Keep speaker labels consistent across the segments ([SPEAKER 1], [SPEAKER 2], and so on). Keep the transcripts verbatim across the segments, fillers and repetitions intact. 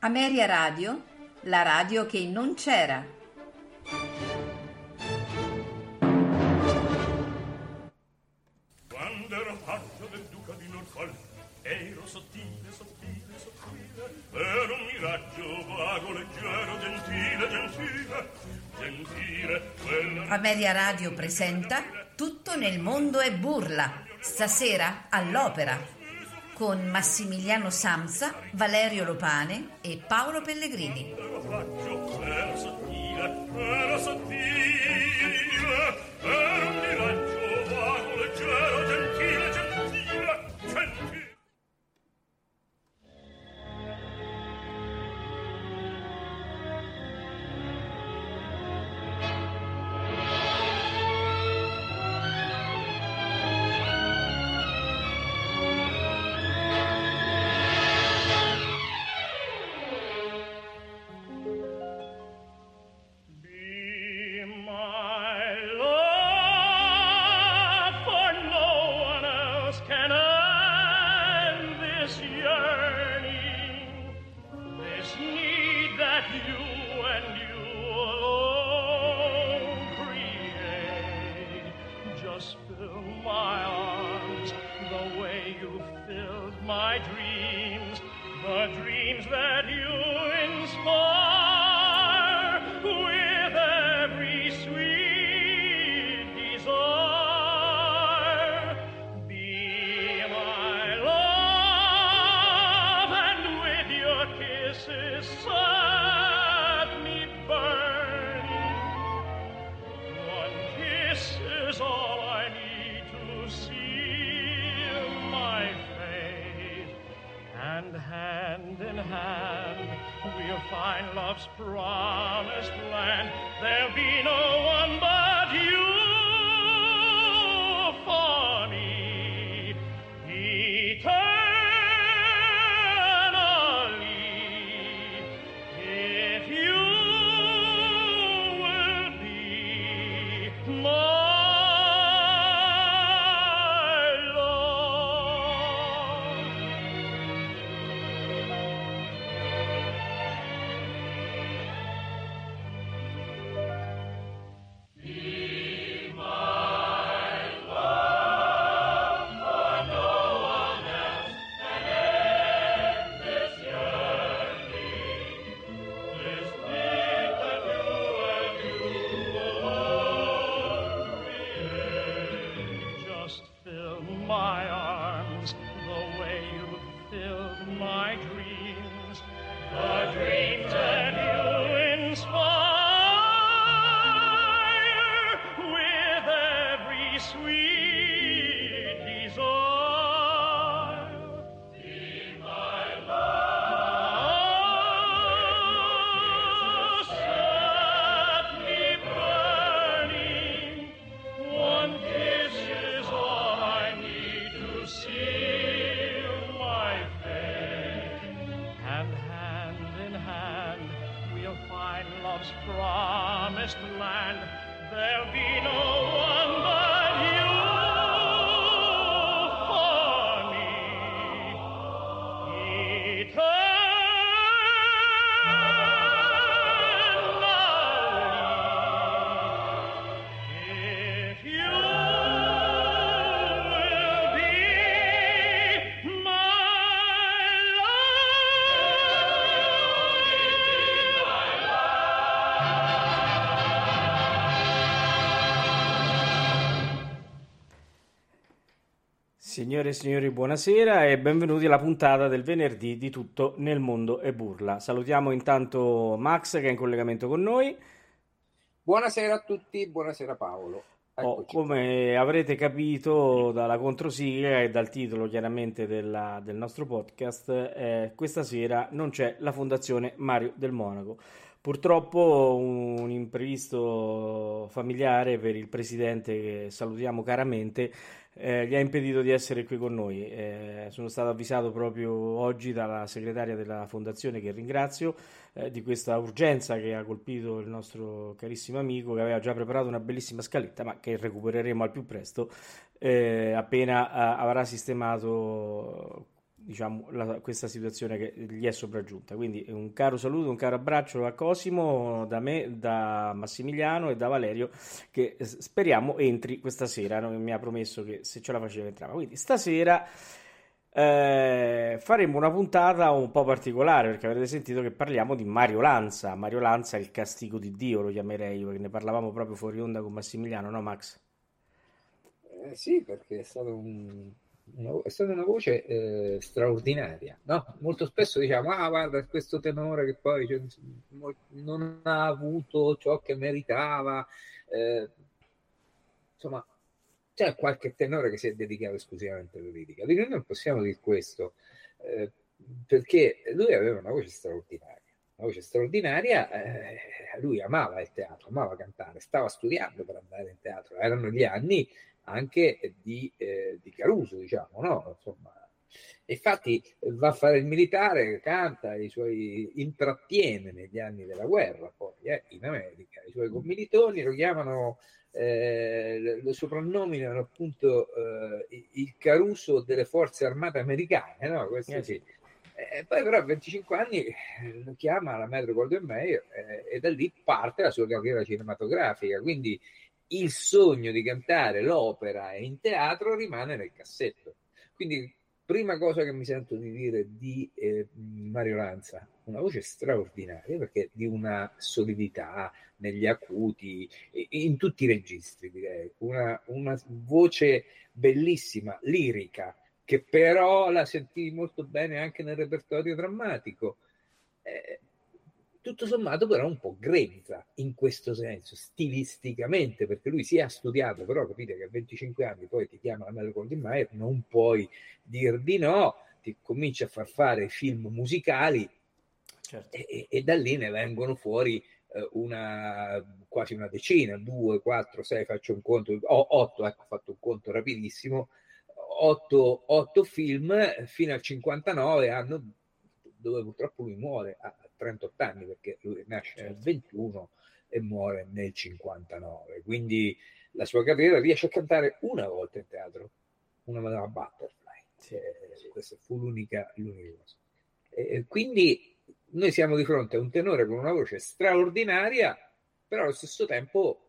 [SPEAKER 1] Ameria Radio, la radio che non c'era.
[SPEAKER 2] Quando ero paggio del duca di Norfolk, ero sottile, sottile, sottile, ero un miraggio vago, leggero, gentile, gentile, gentile. Quella...
[SPEAKER 1] Ameria Radio presenta Tutto nel mondo è burla, stasera all'Opera, con Massimiliano Samsa, Valerio Lopane e Paolo Pellegrini.
[SPEAKER 2] Ero paggio, ero sottile, ero sottile, ero un miraggio vago, leggero, gentile, gentile, gentile.
[SPEAKER 3] Signore e signori, buonasera e benvenuti alla puntata del venerdì di Tutto nel mondo è burla. Salutiamo intanto Max che è in collegamento con noi.
[SPEAKER 4] Buonasera a tutti, buonasera Paolo.
[SPEAKER 3] Oh, come avrete capito dalla controsigla e dal titolo chiaramente della, del nostro podcast, eh, questa sera non c'è la Fondazione Mario del Monaco. Purtroppo un imprevisto familiare per il presidente, che salutiamo caramente, eh, gli ha impedito di essere qui con noi. Eh, sono stato avvisato proprio oggi dalla segretaria della fondazione, che ringrazio, eh, di questa urgenza che ha colpito il nostro carissimo amico, che aveva già preparato una bellissima scaletta, ma che recupereremo al più presto, eh, appena eh, avrà sistemato diciamo, la, questa situazione che gli è sopraggiunta. Quindi un caro saluto, un caro abbraccio a Cosimo, da me, da Massimiliano e da Valerio, che speriamo entri questa sera, no? Mi ha promesso che se ce la faceva entrava. Quindi stasera eh, faremo una puntata un po' particolare, perché avrete sentito che parliamo di Mario Lanza. Mario Lanza, il castigo di Dio, lo chiamerei io, perché ne parlavamo proprio fuori onda con Massimiliano, no Max?
[SPEAKER 4] Eh, sì, perché è stato un, una, è stata una voce eh, straordinaria, no? Molto spesso diciamo, ah guarda, questo tenore che poi cioè, non ha avuto ciò che meritava, eh, insomma, c'è qualche tenore che si è dedicato esclusivamente alla lirica. Di noi non possiamo dire questo, eh, perché lui aveva una voce straordinaria, una voce straordinaria, eh, lui amava il teatro, amava cantare, stava studiando per andare in teatro, erano gli anni anche di, eh, di Caruso, diciamo, no? Insomma, infatti va a fare il militare, canta, i suoi intrattiene negli anni della guerra, poi eh, in America, i suoi commilitoni lo chiamano, eh, lo soprannominano appunto eh, il Caruso delle forze armate americane, no? Questo
[SPEAKER 3] Eh,
[SPEAKER 4] sì.
[SPEAKER 3] sì.
[SPEAKER 4] Eh, poi però a venticinque anni eh, lo chiama la Metro-Goldwyn-Mayer eh, e da lì parte la sua carriera cinematografica, quindi il sogno di cantare l'opera in teatro rimane nel cassetto. Quindi, prima cosa che mi sento di dire di eh, Mario Lanza, una voce straordinaria, perché di una solidità negli acuti, in tutti i registri, direi. Una, una voce bellissima, lirica, che però la sentii molto bene anche nel repertorio drammatico. Eh, tutto sommato però un po' grezza in questo senso, stilisticamente, perché lui si è studiato, però capite che a venticinque anni poi ti chiama la Metro-Goldwyn-Mayer, non puoi dir di no, ti cominci a far fare film musicali, certo. e, e da lì ne vengono fuori eh, una, quasi una decina, due, quattro, sei, faccio un conto, oh, otto, ecco, ho fatto un conto rapidissimo, otto, otto film fino al cinquantanove, anno dove purtroppo lui muore a trentotto anni, perché lui nasce certo. nel ventuno e muore nel cinquantanove, quindi la sua carriera riesce a cantare una volta in teatro, una Madama Butterfly, sì, eh, sì. Questa fu l'unica, l'unica cosa. E quindi noi siamo di fronte a un tenore con una voce straordinaria, però allo stesso tempo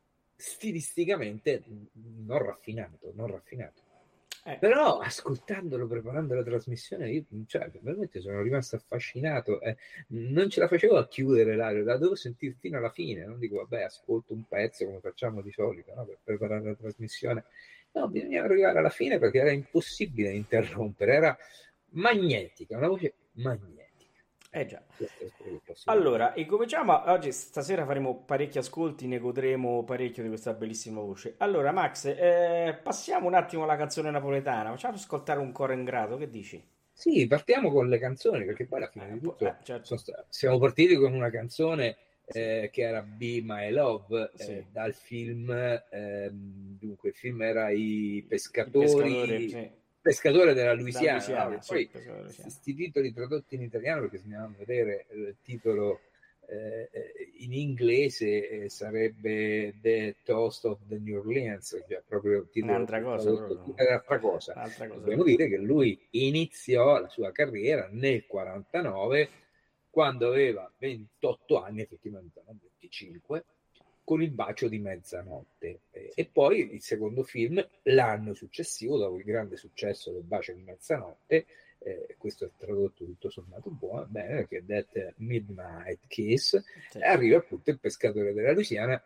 [SPEAKER 4] stilisticamente non raffinato, non raffinato. Eh. Però ascoltandolo, preparando la trasmissione, io cioè, veramente sono rimasto affascinato, eh, non ce la facevo a chiudere l'aria, la dovevo sentire fino alla fine, non dico vabbè ascolto un pezzo come facciamo di solito, no, per preparare la trasmissione, no, bisognava arrivare alla fine perché era impossibile interrompere, era magnetica, una voce magnetica.
[SPEAKER 3] Eh già. Allora, incominciamo. Oggi stasera faremo parecchi ascolti, ne godremo parecchio di questa bellissima voce. Allora, Max, eh, passiamo un attimo alla canzone napoletana. Facciamo ascoltare un coro in grado, che dici?
[SPEAKER 4] Sì, partiamo con le canzoni, perché poi alla fine eh, di tutto eh, certo. st- siamo partiti con una canzone eh, sì. che era Be My Love, sì. eh, dal film, eh, dunque il film era I Pescatori... I pescatori sì. Pescatore della Louisiana, Louisiana no? Poi questi titoli tradotti in italiano, perché se andiamo a vedere il titolo eh, in inglese eh, sarebbe The Toast of the New Orleans, cioè proprio il titolo
[SPEAKER 3] un'altra cosa, proprio.
[SPEAKER 4] È un'altra cosa. Un'altra cosa dobbiamo dire che lui iniziò la sua carriera nel quarantanove, quando aveva ventotto anni, effettivamente non venticinque, con Il bacio di mezzanotte, eh, e poi il secondo film l'anno successivo, dopo il grande successo del Bacio di mezzanotte, eh, questo è tradotto tutto sommato buono, bene, che è That Midnight Kiss, sì. Arriva appunto Il pescatore della Louisiana,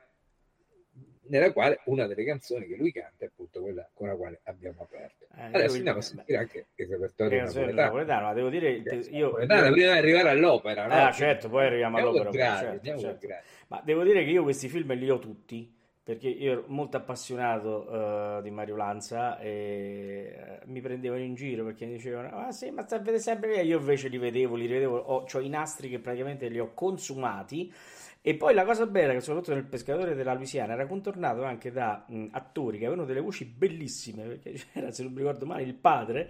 [SPEAKER 4] nella quale una delle canzoni che lui canta è appunto quella con la quale abbiamo aperto. Eh, Adesso andiamo a sentire anche il repertorio napoletano. napoletano.
[SPEAKER 3] Ma devo dire, io,
[SPEAKER 4] napoletano, io... prima di arrivare all'opera, no?
[SPEAKER 3] Ah, certo, poi arriviamo
[SPEAKER 4] andiamo
[SPEAKER 3] all'opera.
[SPEAKER 4] Gradi,
[SPEAKER 3] certo, certo. Ma devo dire che io questi film li ho tutti, perché io ero molto appassionato uh, di Mario Lanza e uh, mi prendevano in giro perché mi dicevano ah sì, ma sta a vedere sempre via. Io invece li vedevo, li rivedevo, ho, ho i nastri che praticamente li ho consumati. E poi la cosa bella è che soprattutto nel pescatore della Louisiana era contornato anche da mh, attori che avevano delle voci bellissime, perché c'era, se non mi ricordo male, il padre,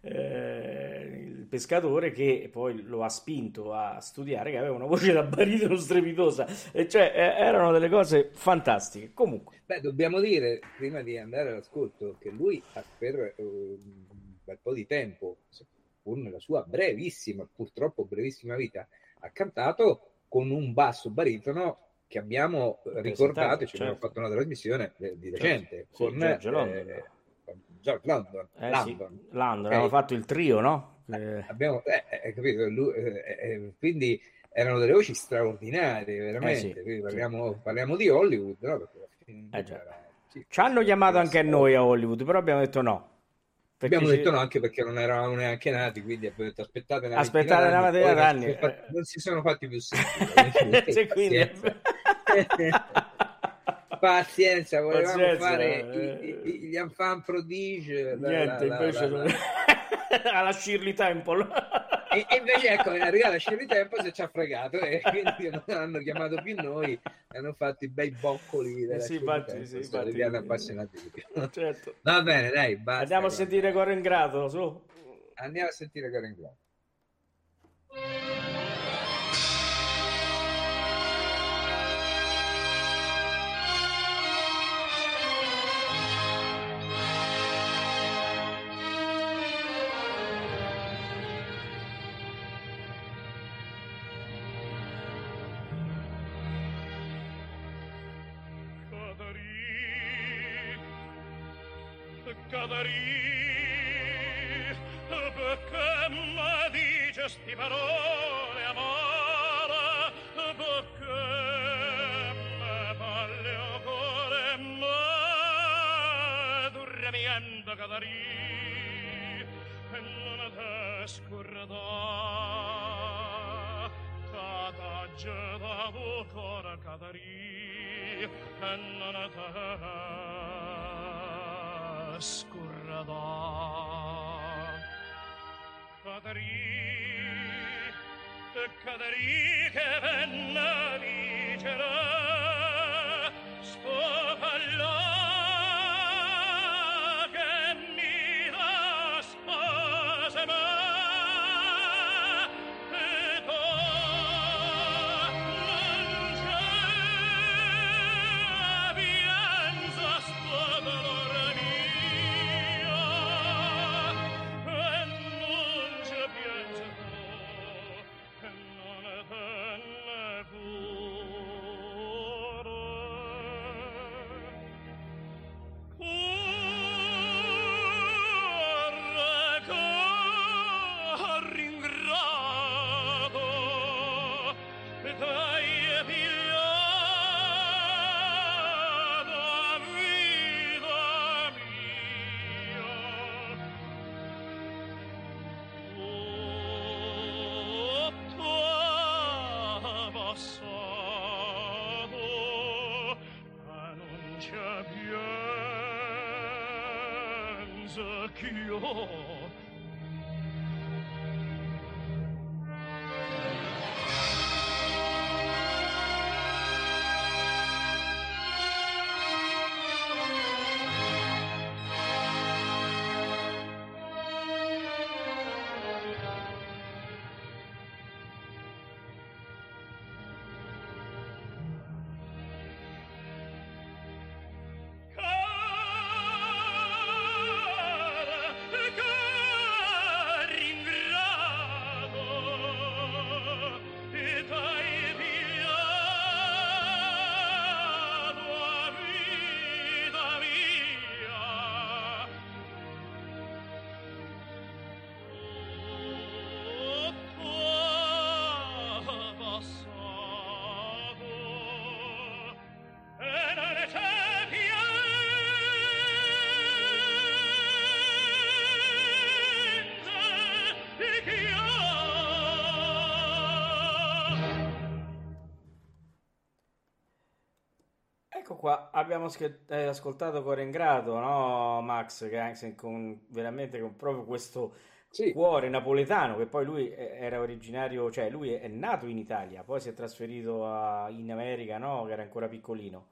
[SPEAKER 3] eh, il pescatore, che poi lo ha spinto a studiare, che aveva una voce da baritono strepitosa, e cioè eh, erano delle cose fantastiche. Comunque,
[SPEAKER 4] beh, dobbiamo dire, prima di andare all'ascolto, che lui per uh, un bel po' di tempo, con la sua brevissima, purtroppo brevissima vita, ha cantato con un basso baritono che abbiamo ricordato, ci abbiamo
[SPEAKER 3] certo.
[SPEAKER 4] fatto una trasmissione di recente,
[SPEAKER 3] Sì,
[SPEAKER 4] con
[SPEAKER 3] George London.
[SPEAKER 4] eh, con George London.
[SPEAKER 3] Eh,
[SPEAKER 4] London,
[SPEAKER 3] sì, London.
[SPEAKER 4] okay.
[SPEAKER 3] Abbiamo fatto il trio, no? Eh.
[SPEAKER 4] Abbiamo, eh, capito? Lui, eh, eh, quindi erano delle voci straordinarie, veramente.
[SPEAKER 3] Eh sì,
[SPEAKER 4] quindi parliamo,
[SPEAKER 3] sì.
[SPEAKER 4] parliamo di Hollywood, no? Perché
[SPEAKER 3] eh già.
[SPEAKER 4] era, sì,
[SPEAKER 3] ci hanno chiamato anche a noi a Hollywood, però abbiamo detto no.
[SPEAKER 4] Abbiamo
[SPEAKER 3] ci...
[SPEAKER 4] detto no anche perché non eravamo neanche nati, quindi abbiamo detto aspettate una
[SPEAKER 3] aspettate una ventina d'anni,
[SPEAKER 4] non, fatti, non si sono fatti più sentire.
[SPEAKER 3] sì, quindi...
[SPEAKER 4] pazienza, volevamo
[SPEAKER 3] pazienza,
[SPEAKER 4] fare
[SPEAKER 3] eh...
[SPEAKER 4] gli enfant prodige,
[SPEAKER 3] niente,
[SPEAKER 4] la,
[SPEAKER 3] invece
[SPEAKER 4] la, la,
[SPEAKER 3] alla Shirley Temple.
[SPEAKER 4] E, e invece ecco, è arrivata Shirley Temple se ci ha fregato e quindi non hanno chiamato più noi, hanno fatto i bei boccoli della
[SPEAKER 3] sì, infatti, sì, infatti,
[SPEAKER 4] li hanno appassionati di più.
[SPEAKER 3] Certo.
[SPEAKER 4] Va bene, dai, basta.
[SPEAKER 3] Andiamo a sentire Coro Ingrato, su.
[SPEAKER 4] Andiamo a sentire Coro Ingrato.
[SPEAKER 2] Cadarì, perché mi dice sti parole amore, perché mi parli o cuore me dormiendo Cadarì, e non te scordà, cata geda vo cuore Cadarì, e non te scurradà. Cadarì, Cadarì che venne dicere sto parlare che mi dà spose me e tu non c'è pienza sto dolore
[SPEAKER 3] Ecco qua, abbiamo sch- eh, ascoltato Coro Ingrato, no Max, che anche con, veramente con proprio questo
[SPEAKER 4] sì.
[SPEAKER 3] cuore napoletano, che poi lui era originario, cioè lui è nato in Italia, poi si è trasferito a, in America, no? Che era ancora piccolino.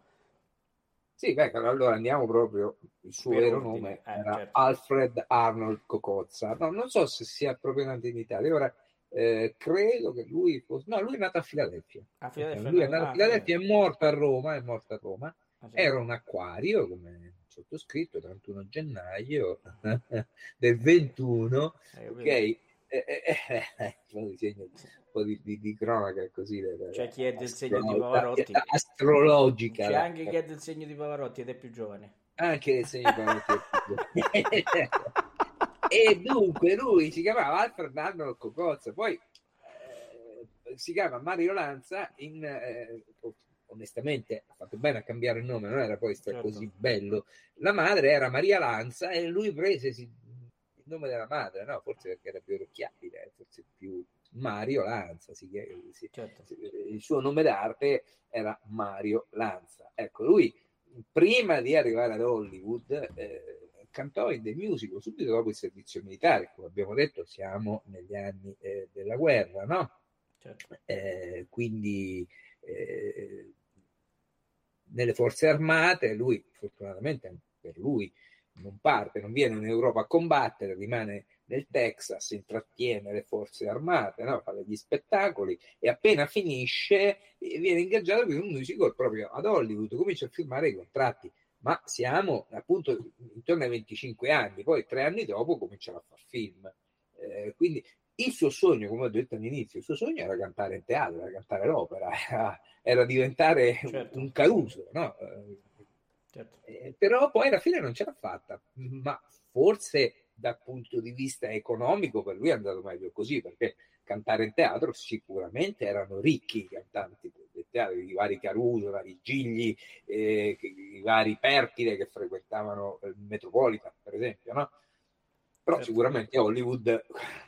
[SPEAKER 4] Sì, beh, allora andiamo proprio, il suo
[SPEAKER 3] Per
[SPEAKER 4] vero
[SPEAKER 3] ordine,
[SPEAKER 4] nome
[SPEAKER 3] eh,
[SPEAKER 4] era
[SPEAKER 3] certo.
[SPEAKER 4] Alfred Arnold Cocozza. No, non so se sia proprio nato in Italia, ora eh, credo che lui fosse... No, lui è nato a Filadelfia.
[SPEAKER 3] A Filadelfia,
[SPEAKER 4] Lui è nato
[SPEAKER 3] ah,
[SPEAKER 4] a Filadelfia,
[SPEAKER 3] sì.
[SPEAKER 4] è morto a Roma, è morto a Roma.
[SPEAKER 3] Ah, sì.
[SPEAKER 4] Era un acquario, come sottoscritto, trentuno gennaio del ventuno,
[SPEAKER 3] Eh,
[SPEAKER 4] ok? eh, eh, eh, un po' di, segno, un po' di, di, di cronaca così.
[SPEAKER 3] C'è chi è del segno di
[SPEAKER 4] Astrolo-
[SPEAKER 3] Pavarotti.
[SPEAKER 4] astrologica.
[SPEAKER 3] C'è
[SPEAKER 4] la-
[SPEAKER 3] anche chi è del segno di Pavarotti ed è più giovane.
[SPEAKER 4] Anche del segno di Pavarotti è più giovane. E dunque lui si chiamava Alfred Arnold Cocozza, poi eh, si chiama Mario Lanza in, eh, onestamente ha fatto bene a cambiare il nome, non era poi stato
[SPEAKER 3] Certo.
[SPEAKER 4] così bello. La madre era Maria Lanza e lui prese si, il nome della madre, no? Forse perché era più orecchiabile, forse più Mario Lanza, si, si,
[SPEAKER 3] Certo.
[SPEAKER 4] si, il suo nome d'arte era Mario Lanza. Ecco, lui prima di arrivare ad Hollywood eh, cantò in The Musical subito dopo il servizio militare. Come abbiamo detto, siamo negli anni eh, della guerra, no?
[SPEAKER 3] Certo.
[SPEAKER 4] Eh, quindi eh, nelle forze armate, lui fortunatamente per lui non parte, non viene in Europa a combattere, rimane nel Texas, intrattiene le forze armate, no? Fa degli spettacoli e appena finisce viene ingaggiato per un musical proprio ad Hollywood, comincia a firmare i contratti, ma siamo appunto intorno ai venticinque anni, poi tre anni dopo cominciano a far film. Eh, quindi il suo sogno, come ho detto all'inizio, il suo sogno era cantare in teatro, era cantare l'opera, era, era diventare
[SPEAKER 3] certo.
[SPEAKER 4] un Caruso, no?
[SPEAKER 3] Certo.
[SPEAKER 4] Eh, però poi alla fine non ce l'ha fatta, ma forse dal punto di vista economico per lui è andato meglio così, perché cantare in teatro sicuramente erano ricchi i cantanti del teatro, i vari Caruso, i vari Gigli, eh, i vari Pertile che frequentavano il Metropolitan, per esempio, no? Però
[SPEAKER 3] certo.
[SPEAKER 4] Sicuramente a Hollywood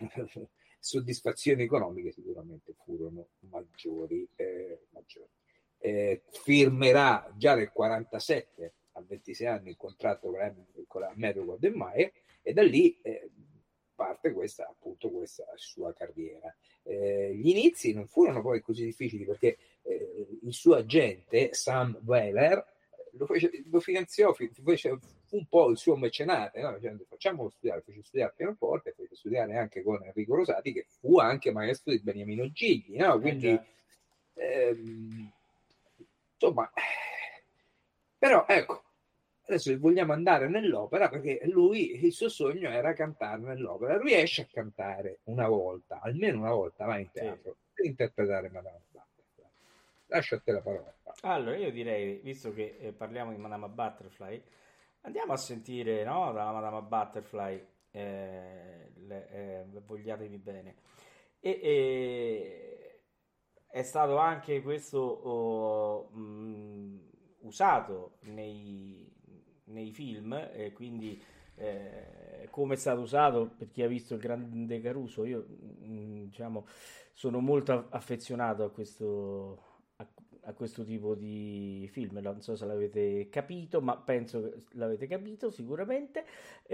[SPEAKER 4] soddisfazioni economiche sicuramente furono maggiori. Eh, maggiori. Eh, firmerà già nel quarantasette a ventisei anni il contratto con la, con la Metro Goldwyn Mayer e da lì eh, parte questa appunto questa sua carriera. Eh, gli inizi non furono poi così difficili perché eh, il suo agente Sam Weller lo, fece, lo finanziò, fece un po' il suo mecenate, no? Dicendo, facciamolo studiare, fece studiare pianoforte, fece studiare anche con Enrico Rosati che fu anche maestro di Beniamino Gigli, no? Quindi
[SPEAKER 3] eh
[SPEAKER 4] ehm, insomma, però ecco, adesso vogliamo andare nell'opera perché lui, il suo sogno era cantare nell'opera, riesce a cantare una volta, almeno una volta va in teatro sì. per interpretare Madama Butterfly. Lascio a te la parola.
[SPEAKER 3] Allora io direi, visto che eh, parliamo di Madama Butterfly, andiamo a sentire, no, dalla Madama Butterfly eh, le, eh, Vogliatevi bene. E, e è stato anche questo oh, mh, usato nei, nei film, e quindi eh, come è stato usato per chi ha visto il Grande Caruso. Io mh, diciamo sono molto affezionato a questo a, a questo tipo di film, non so se l'avete capito, ma penso che l'avete capito sicuramente.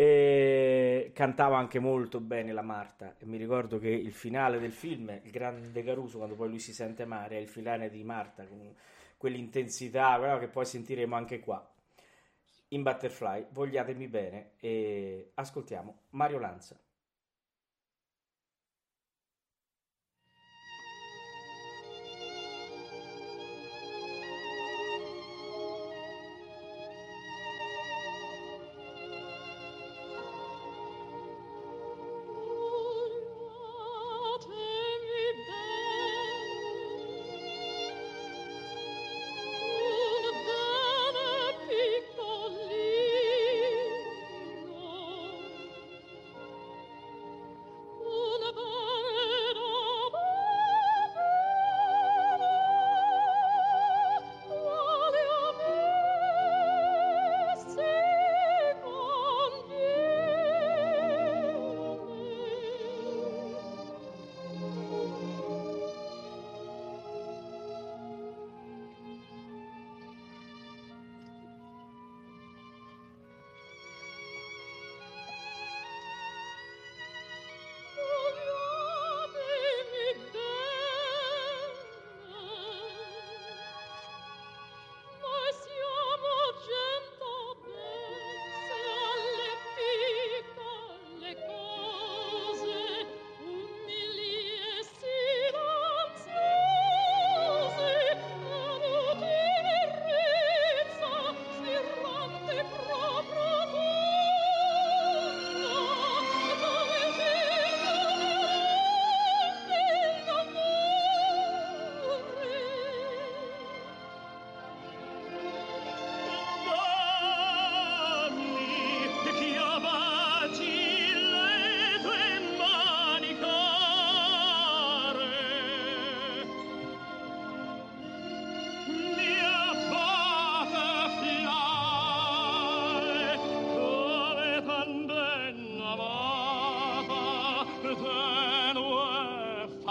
[SPEAKER 3] E cantava anche molto bene la Marta e mi ricordo che il finale del film, il Grande Caruso, quando poi lui si sente amare, è il finale di Marta con quell'intensità, quella che poi sentiremo anche qua in Butterfly. Vogliatemi bene e ascoltiamo Mario Lanza.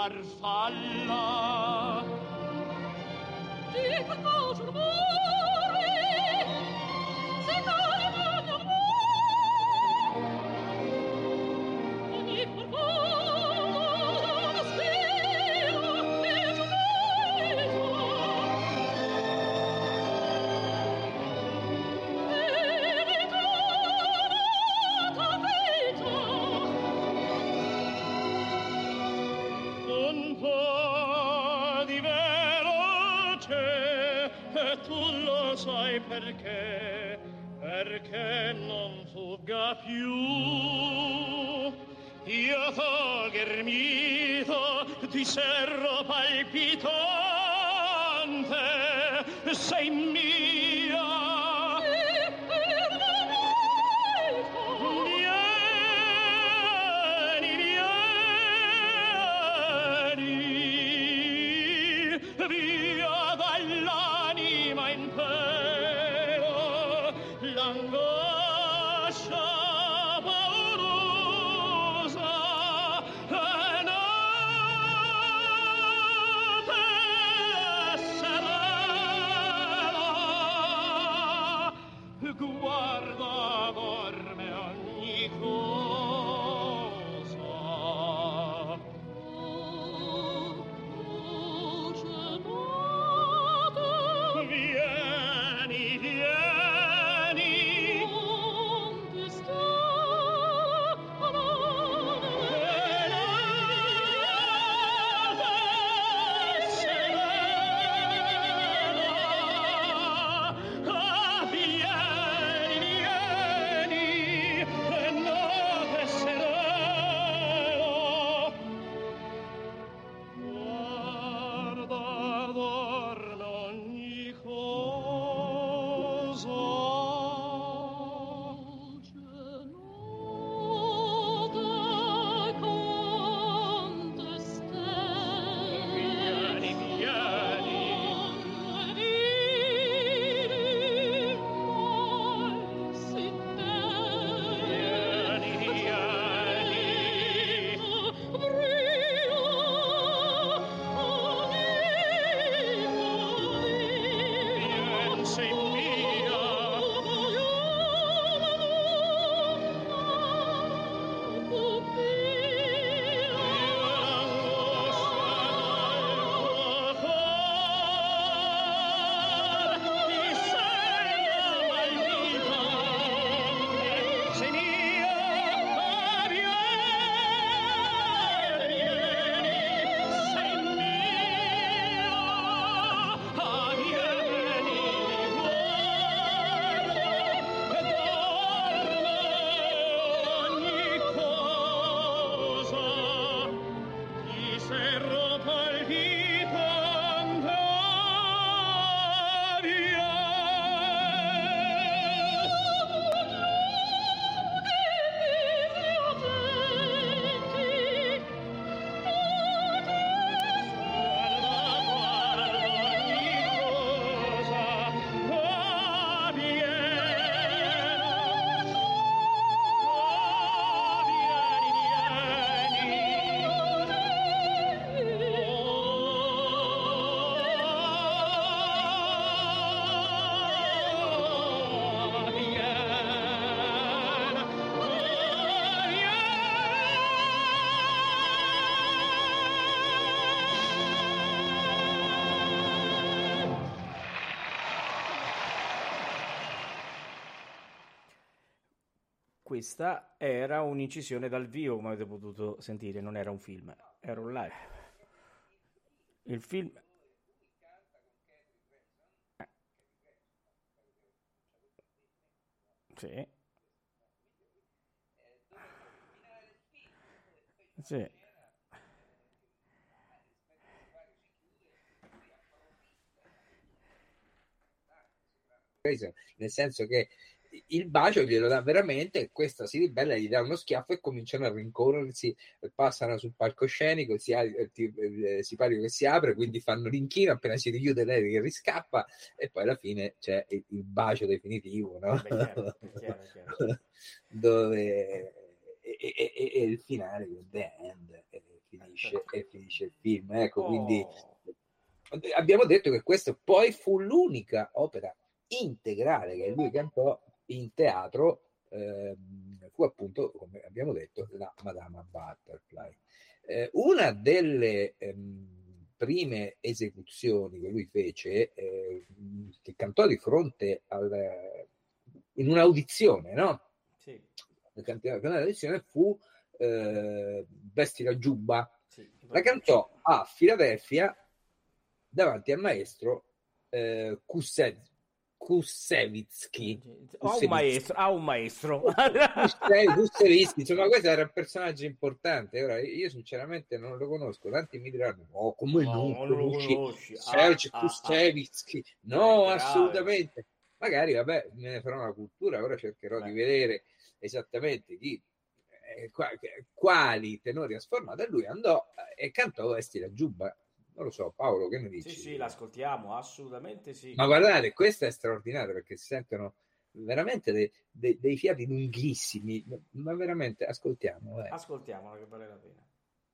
[SPEAKER 2] farfalla. Dica cosa rumore, se tale voglio amore, ogni portone spero che giuseto, e ritornata vita, un po' di vero c'è, e tu lo sai perché, perché non fugga più. Io t'ho ghermito di serro palpitante, sei mia. Vieni, vieni, via dall'anima in pelo, l'angoscia paurosa, e notte serena, guarda dorme ogni cosa. Vieni, vieni, onde sta
[SPEAKER 3] Questa era un'incisione dal vivo, come avete potuto sentire, non era un film, era un live. Il film... Eh. Sì. Sì.
[SPEAKER 4] Nel senso che il bacio glielo dà veramente, questa si ribella, gli dà uno schiaffo e cominciano a rincorrersi, passano sul palcoscenico, si, eh, si pare che si apre, quindi fanno l'inchino, appena si richiude lei che riscappa e poi alla fine c'è il, il bacio definitivo, no?
[SPEAKER 3] Beh, chiaro, chiaro, chiaro.
[SPEAKER 4] Dove e, e, e, e il finale, The End, è finito. finisce, e finisce il film. Ecco,
[SPEAKER 3] Oh.
[SPEAKER 4] quindi abbiamo detto che questa poi fu l'unica opera integrale che lui cantò in teatro, ehm, fu appunto, come abbiamo detto, la Madama Butterfly. Eh, una delle ehm, prime esecuzioni che lui fece, eh, che cantò di fronte al, in un'audizione, no?
[SPEAKER 3] Sì.
[SPEAKER 4] L'audizione fu eh, Vesti la giubba.
[SPEAKER 3] Sì.
[SPEAKER 4] La cantò a Filadelfia davanti al maestro eh, Kusev, Kusevitsky.
[SPEAKER 3] Ha un maestro, ha un maestro.
[SPEAKER 4] Kusevitsky, insomma, questo era un personaggio importante. Ora, io sinceramente non lo conosco. Tanti mi diranno: no, come
[SPEAKER 3] No,
[SPEAKER 4] non,
[SPEAKER 3] non lo
[SPEAKER 4] conosci
[SPEAKER 3] conosci?
[SPEAKER 4] Serge
[SPEAKER 3] Ah, ah,
[SPEAKER 4] Kusevitsky?
[SPEAKER 3] ah.
[SPEAKER 4] No,
[SPEAKER 3] È grave.
[SPEAKER 4] assolutamente. Magari, vabbè, me ne farò una cultura. Ora cercherò
[SPEAKER 3] Beh.
[SPEAKER 4] di vedere esattamente chi, eh, qua- quali tenori ha sformato, e lui andò e cantò Vesti la giubba. Non lo so, Paolo, che ne dici?
[SPEAKER 3] Sì, sì, l'ascoltiamo, assolutamente sì.
[SPEAKER 4] Ma guardate, questa è straordinaria perché si sentono veramente dei, dei, dei fiati lunghissimi, ma veramente ascoltiamo. Eh.
[SPEAKER 3] Ascoltiamola, che vale la pena.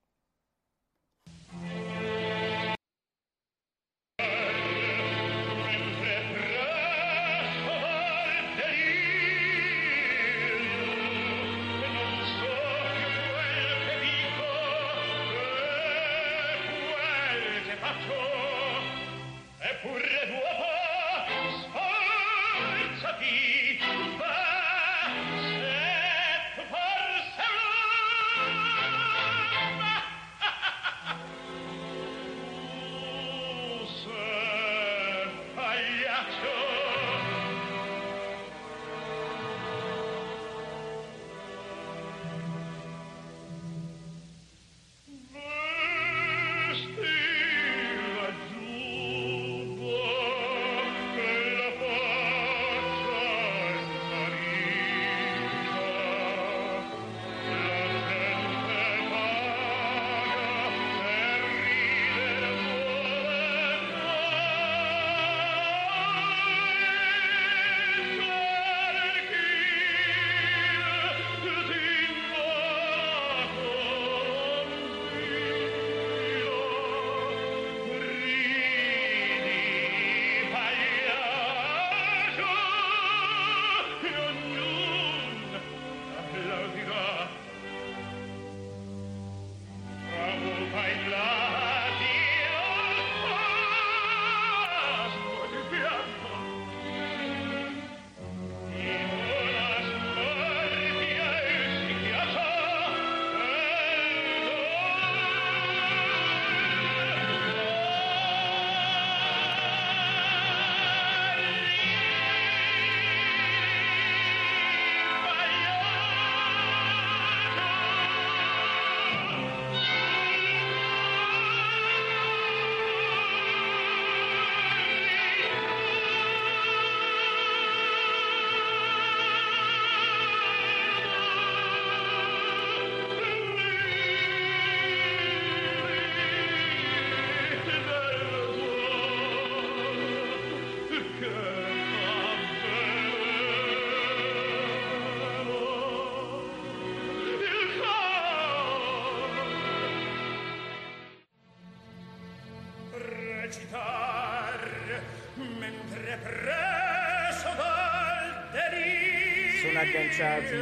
[SPEAKER 3] Sono agganciati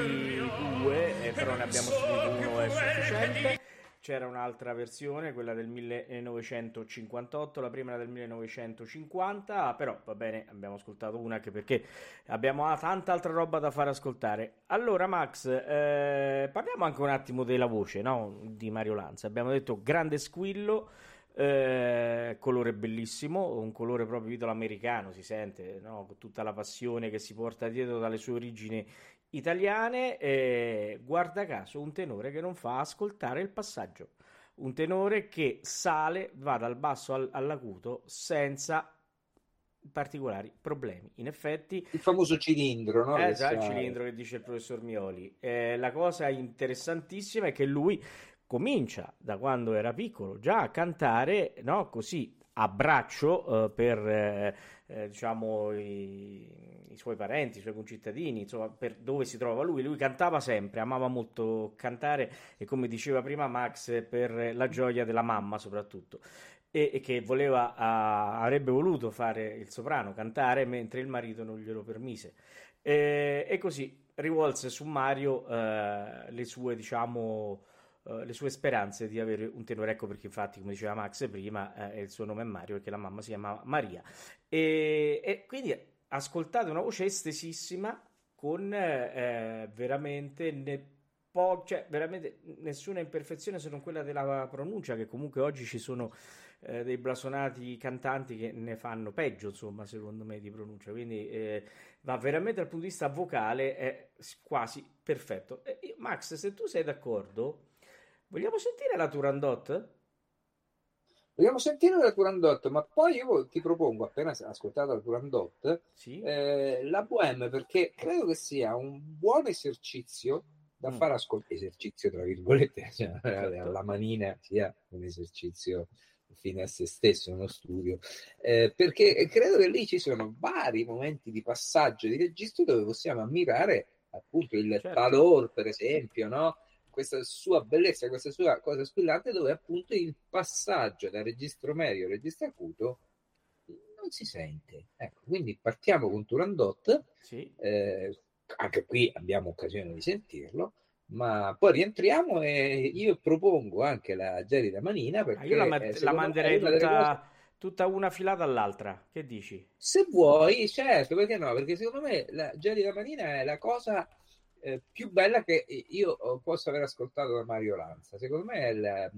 [SPEAKER 3] due, eh, però ne abbiamo sentito uno, è sufficiente. C'era un'altra versione, quella del millenovecentocinquantotto, la prima era del millenovecentocinquanta, però va bene, abbiamo ascoltato una anche perché abbiamo tanta altra roba da far ascoltare. Allora Max, eh, parliamo anche un attimo della voce, no? Di Mario Lanza. Abbiamo detto grande squillo, eh, colore bellissimo, un colore proprio italo-americano, si sente, no? Con tutta la passione che si porta dietro dalle sue origini italiane, eh, guarda caso un tenore che non fa ascoltare il passaggio, un tenore che sale, va dal basso al, all'acuto senza particolari problemi. In effetti
[SPEAKER 4] il famoso cilindro, no?
[SPEAKER 3] eh,
[SPEAKER 4] Che
[SPEAKER 3] già il
[SPEAKER 4] sa-
[SPEAKER 3] cilindro che dice il professor Mioli. Eh, la cosa interessantissima è che lui comincia da quando era piccolo già a cantare, no? Così a braccio, eh, per eh, eh, diciamo i, i suoi parenti, i suoi concittadini, insomma, per dove si trova lui. Lui cantava sempre, amava molto cantare e, come diceva prima Max, per la gioia della mamma soprattutto. E, e che voleva, ah, avrebbe voluto fare il soprano, cantare, mentre il marito non glielo permise. E, e così rivolse su Mario eh, le sue, diciamo, eh, le sue speranze di avere un tenore. Ecco perché, infatti, come diceva Max prima, eh, il suo nome è Mario perché la mamma si chiama Maria. E, e quindi ascoltate una voce estesissima con eh, veramente, ne, po- cioè, veramente nessuna imperfezione se non quella della pronuncia, che comunque oggi ci sono eh, dei blasonati cantanti che ne fanno peggio, insomma, secondo me, di pronuncia. Quindi eh, va veramente dal punto di vista vocale, è quasi perfetto. Eh, io- Max, se tu sei d'accordo, vogliamo sentire la Turandot?
[SPEAKER 4] Vogliamo sentire la Turandot, ma poi io ti propongo, appena ascoltato la Turandot,
[SPEAKER 3] Sì.
[SPEAKER 4] eh, la Bohème, perché credo che sia un buon esercizio da
[SPEAKER 3] Mm.
[SPEAKER 4] fare ascoltare, esercizio tra virgolette, cioè,
[SPEAKER 3] Certo.
[SPEAKER 4] la manina sia un esercizio fine a se stesso, uno studio, eh, perché credo che lì ci sono vari momenti di passaggio di registro dove possiamo ammirare appunto il
[SPEAKER 3] Certo.
[SPEAKER 4] talor, per esempio, no? Questa sua bellezza, questa sua cosa squillante, dove appunto il passaggio da registro medio al registro acuto non si sente. Ecco, quindi partiamo con Turandot,
[SPEAKER 3] Sì.
[SPEAKER 4] eh, anche qui abbiamo occasione di sentirlo, ma poi rientriamo e io propongo anche la gelida manina,
[SPEAKER 3] Ah, io la,
[SPEAKER 4] perché
[SPEAKER 3] ma-
[SPEAKER 4] eh,
[SPEAKER 3] la
[SPEAKER 4] secondo me è
[SPEAKER 3] manderei
[SPEAKER 4] una delle cose,
[SPEAKER 3] tutta, tutta una filata all'altra. Che dici?
[SPEAKER 4] se vuoi, certo, perché no? Perché secondo me la gelida manina è la cosa eh, più bella che io posso aver ascoltato da Mario Lanza. Secondo me è il,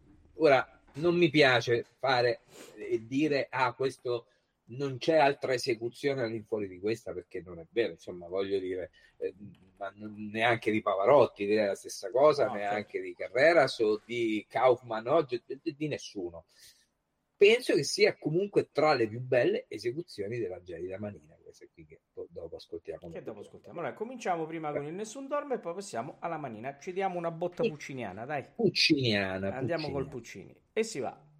[SPEAKER 4] ora non mi piace fare e dire ah, questo non c'è altra esecuzione all'infuori di questa, perché non è vero, insomma, voglio dire, eh, ma non, neanche di Pavarotti direi la stessa cosa,
[SPEAKER 3] No,
[SPEAKER 4] neanche
[SPEAKER 3] certo.
[SPEAKER 4] di Carreras o di Kaufman, no? di, di nessuno. Penso che sia comunque tra le più belle esecuzioni della gelida manina, questa qui che dopo ascoltiamo.
[SPEAKER 3] Che dopo ascoltiamo. Allora, cominciamo prima con il Nessun Dorme e poi passiamo alla manina. Ci diamo una botta pucciniana, dai.
[SPEAKER 4] Pucciniana,
[SPEAKER 3] Andiamo col
[SPEAKER 4] Pucciniana.
[SPEAKER 3] Puccini. E si va.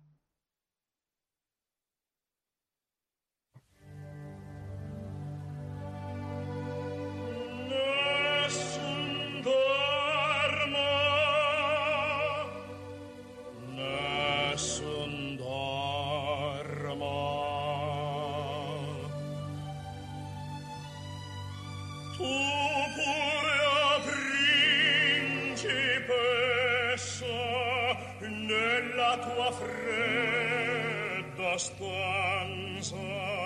[SPEAKER 2] Nessun dormo, nessun dormo. Tu pure, o principessa, nella tua fredda stanza,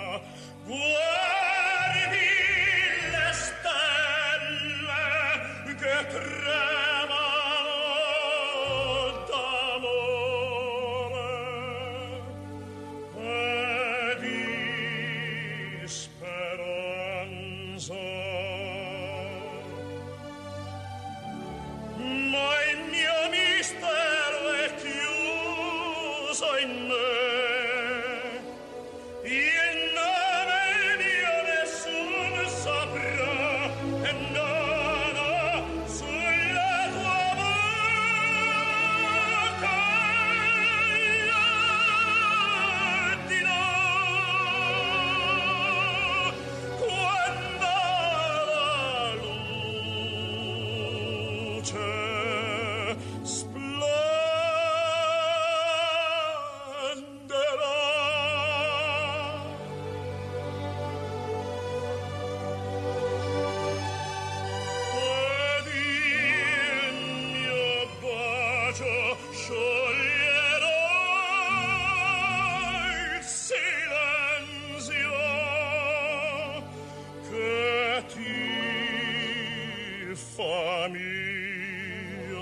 [SPEAKER 2] guardi le stelle che tremano d'amore e di speranza. Ma il mio mistero è chiuso in me, il nome mio nessun saprà, e nada sulla tua bocca dirò quando la luce splenderà. Ed il mio bacio scioglierà il silenzio che ti fa mia.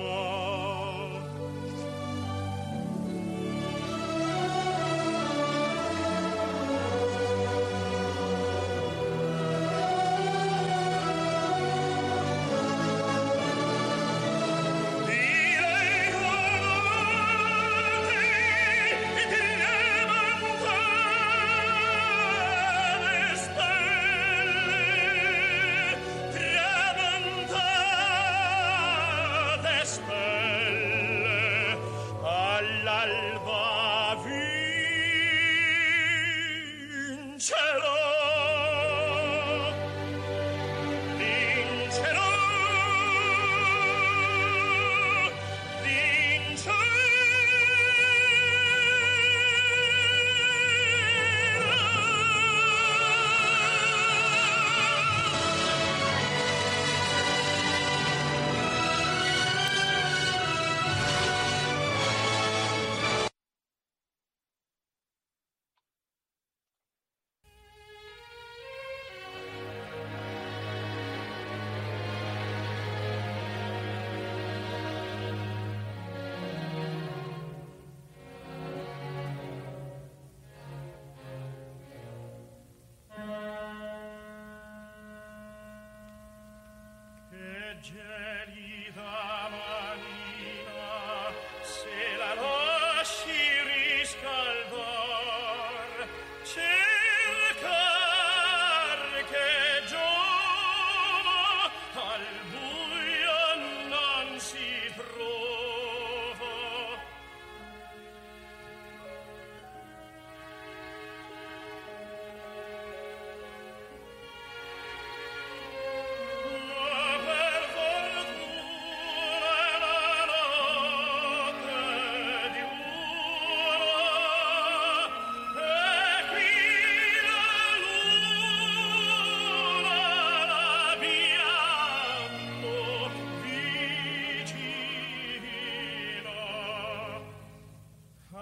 [SPEAKER 2] Direi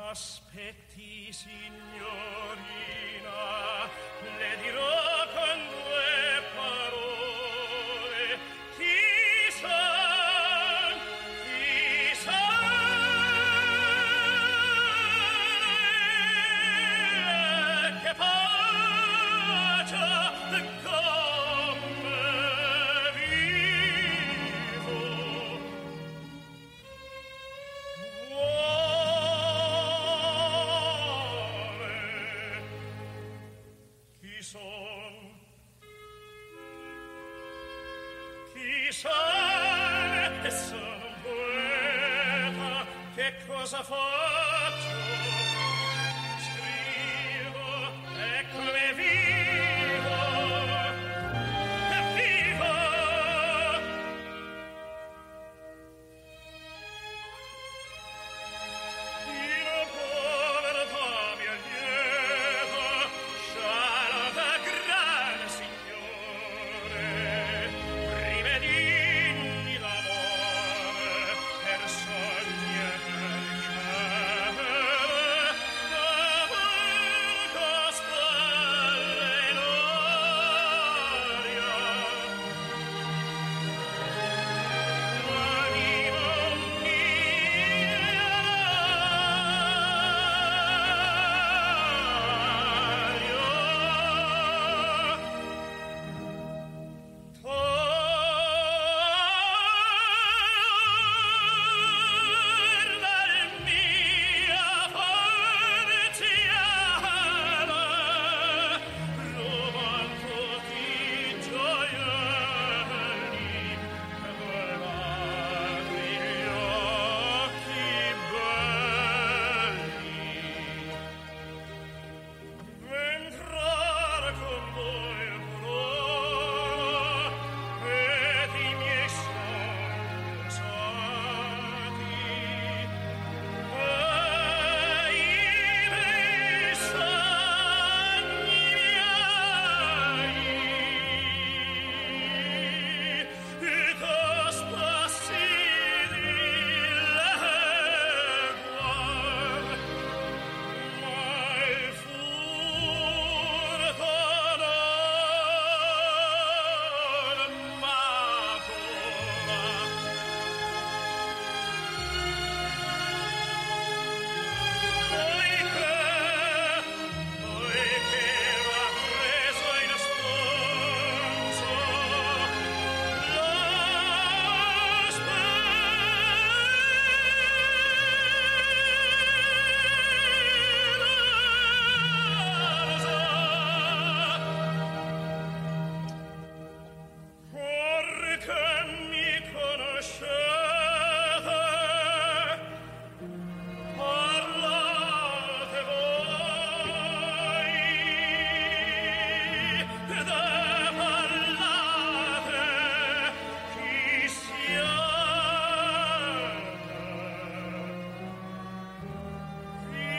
[SPEAKER 2] Aspetti, signorina, le dirò con due parole. Chi sa, chi sa, che pace come vivo. Chi son? Chi sei? E sono un poeta. Che cosa faccio? Scrivo e come vivo. E vivo. In povertà mia lieta, scialata gran signore, prime digni d'amore, per sogni e per cielo, avuto spalle in aria. L'anima V'entrar con voi ancora ed i miei sogni usati e i miei sogni miei e t'aspassi di legua. Ma il furto non m'ancora. Poiché, poiché l'ha preso in sponso perché mi conoscete, parlate voi, ed è parlate chi siete. Vi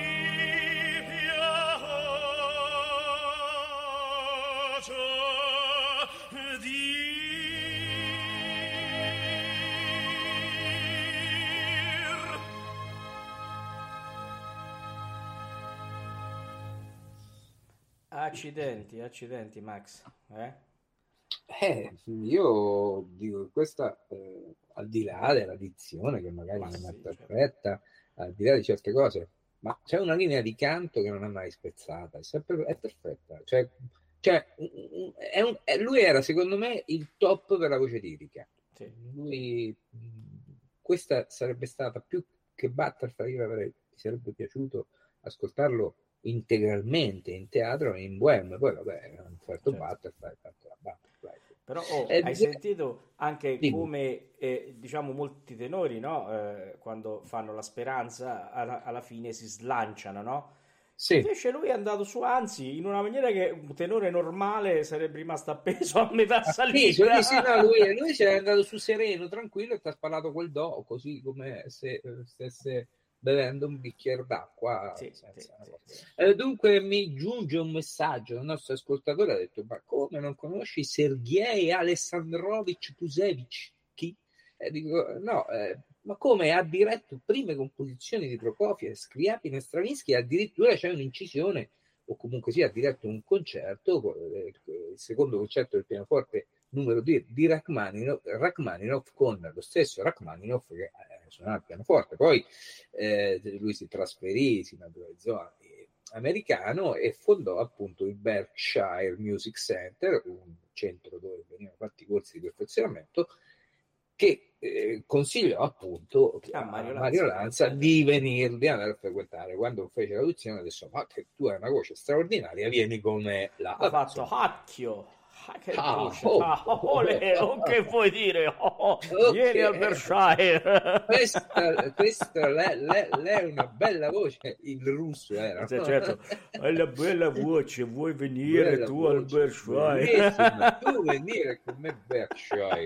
[SPEAKER 2] piace dir.
[SPEAKER 3] Accidenti, accidenti, Max. Eh?
[SPEAKER 4] Eh, io dico che questa, eh, al di là della dizione, che magari
[SPEAKER 3] Ma
[SPEAKER 4] non è
[SPEAKER 3] sì,
[SPEAKER 4] perfetta, al di là di certe cose, ma c'è una linea di canto che non è mai spezzata, è sempre è perfetta. Cioè, cioè, è un- è- lui era, secondo me, il top per la voce lirica.
[SPEAKER 3] Sì.
[SPEAKER 4] Lui, mh, questa sarebbe stata più che Butterfly, io avrei, mi sarebbe piaciuto ascoltarlo integralmente in teatro e in Bohème. Poi vabbè, hanno fatto
[SPEAKER 3] Certo.
[SPEAKER 4] Butterfly, fatto la Butterfly.
[SPEAKER 3] Però oh,
[SPEAKER 4] Eh,
[SPEAKER 3] hai sentito anche
[SPEAKER 4] dimmi.
[SPEAKER 3] come eh, diciamo molti tenori, no? Eh, quando fanno la speranza alla, alla fine si slanciano, no?
[SPEAKER 4] Sì,
[SPEAKER 3] Invece lui è andato su, anzi, in una maniera che un tenore normale sarebbe rimasto appeso a metà
[SPEAKER 4] sì,
[SPEAKER 3] salita.
[SPEAKER 4] sì, sì, no, lui, lui si è andato su sereno, tranquillo, e ti ha sparato quel do, così come se eh, stesse bevendo un bicchiere d'acqua.
[SPEAKER 3] Sì,
[SPEAKER 4] senza una
[SPEAKER 3] sì,
[SPEAKER 4] cosa.
[SPEAKER 3] sì, sì.
[SPEAKER 4] Eh, dunque mi giunge un messaggio dal nostro ascoltatore, ha detto: ma come non conosci Sergei Alessandrovich Pusevich? Chi? E dico, no, eh, ma come ha diretto prime composizioni di Prokofiev, Scriabin e Stravinsky, addirittura c'è un'incisione, o comunque sia, ha diretto un concerto, il secondo concerto del pianoforte numero di, di Rachmaninov, Rachmaninov, con lo stesso Rachmaninov che eh, suonava il pianoforte. Poi eh, lui si trasferì, si naturalizzò americano e fondò appunto il Berkshire Music Center, un centro dove venivano fatti corsi di perfezionamento, che eh, consigliò appunto a Mario, Mario Lanza di venire, di andare a frequentare. Quando fece l'audizione adesso, ma che tu hai una voce straordinaria, vieni con me là.
[SPEAKER 3] Ha fatto Hacchio. Ah, che
[SPEAKER 4] ah,
[SPEAKER 3] oh, ah, oh, ole, oh, che vuoi dire? Oh, okay. Vieni al Berkshire.
[SPEAKER 4] Questa, questa lei, lei, lei è una bella voce, il russo era.
[SPEAKER 3] Sì, certo, hai la bella voce, vuoi venire bella tu voce, al Berkshire?
[SPEAKER 4] Tu venire con me Berkshire.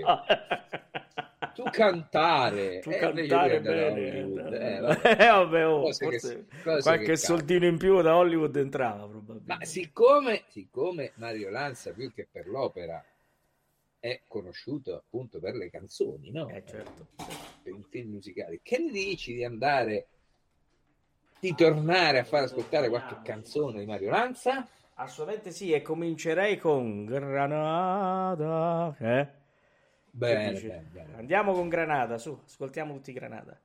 [SPEAKER 4] Tu cantare,
[SPEAKER 3] tu
[SPEAKER 4] eh,
[SPEAKER 3] cantare bene,
[SPEAKER 4] eh,
[SPEAKER 3] vabbè. Eh, vabbè, oh,
[SPEAKER 4] cose
[SPEAKER 3] forse
[SPEAKER 4] che, cose
[SPEAKER 3] qualche
[SPEAKER 4] che
[SPEAKER 3] soldino in più da Hollywood entrava probabilmente.
[SPEAKER 4] Ma siccome, siccome Mario Lanza più che per l'opera è conosciuto appunto per le canzoni, no?
[SPEAKER 3] Eh, certo.
[SPEAKER 4] Per i film musicali, che ne dici di andare, di tornare a far ascoltare qualche canzone di Mario Lanza?
[SPEAKER 3] Assolutamente sì, e comincerei con Granada, eh?
[SPEAKER 4] Bene, bene, bene.
[SPEAKER 3] Andiamo con Granada, su, ascoltiamo tutti Granada.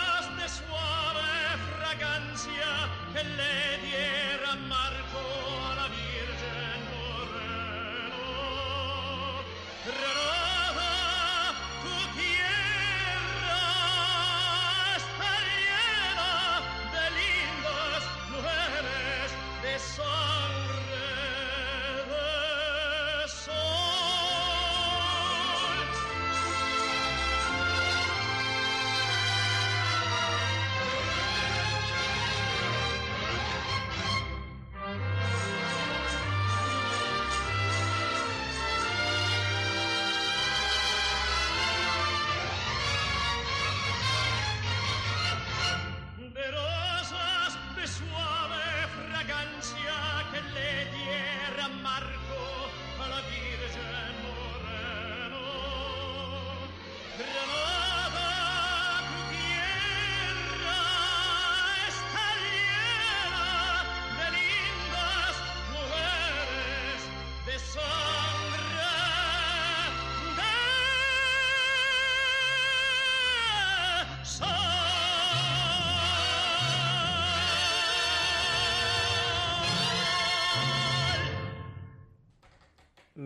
[SPEAKER 5] che le diera Marco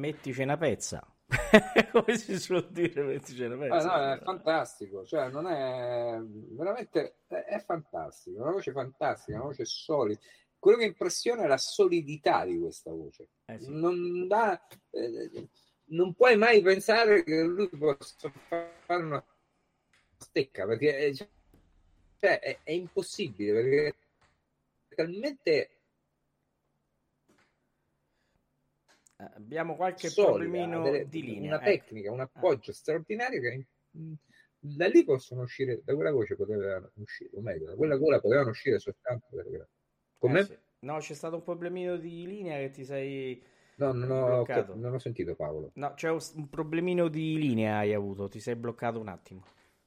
[SPEAKER 3] mettici una pezza. Come si suol dire, mettici una pezza.
[SPEAKER 4] Ah, no, è fantastico, cioè non è veramente è, è fantastico, una voce fantastica, una voce solida. Quello che impressiona è la solidità di questa voce.
[SPEAKER 3] Eh sì.
[SPEAKER 4] Non dà, eh, non puoi mai pensare che lui possa fare una stecca, perché è, cioè, è, è impossibile, perché è talmente
[SPEAKER 3] abbiamo qualche
[SPEAKER 4] solida,
[SPEAKER 3] problemino
[SPEAKER 4] delle,
[SPEAKER 3] di linea,
[SPEAKER 4] una
[SPEAKER 3] ecco.
[SPEAKER 4] tecnica, un appoggio ah. straordinario che mh, da lì possono uscire, da quella voce potevano uscire, o meglio, da quella gola potevano uscire soltanto perché... Come?
[SPEAKER 3] Eh sì. No, c'è stato un problemino di linea che ti sei
[SPEAKER 4] No, non ho,
[SPEAKER 3] bloccato.
[SPEAKER 4] non ho sentito Paolo.
[SPEAKER 3] No, c'è un problemino di linea hai avuto, ti sei bloccato un attimo.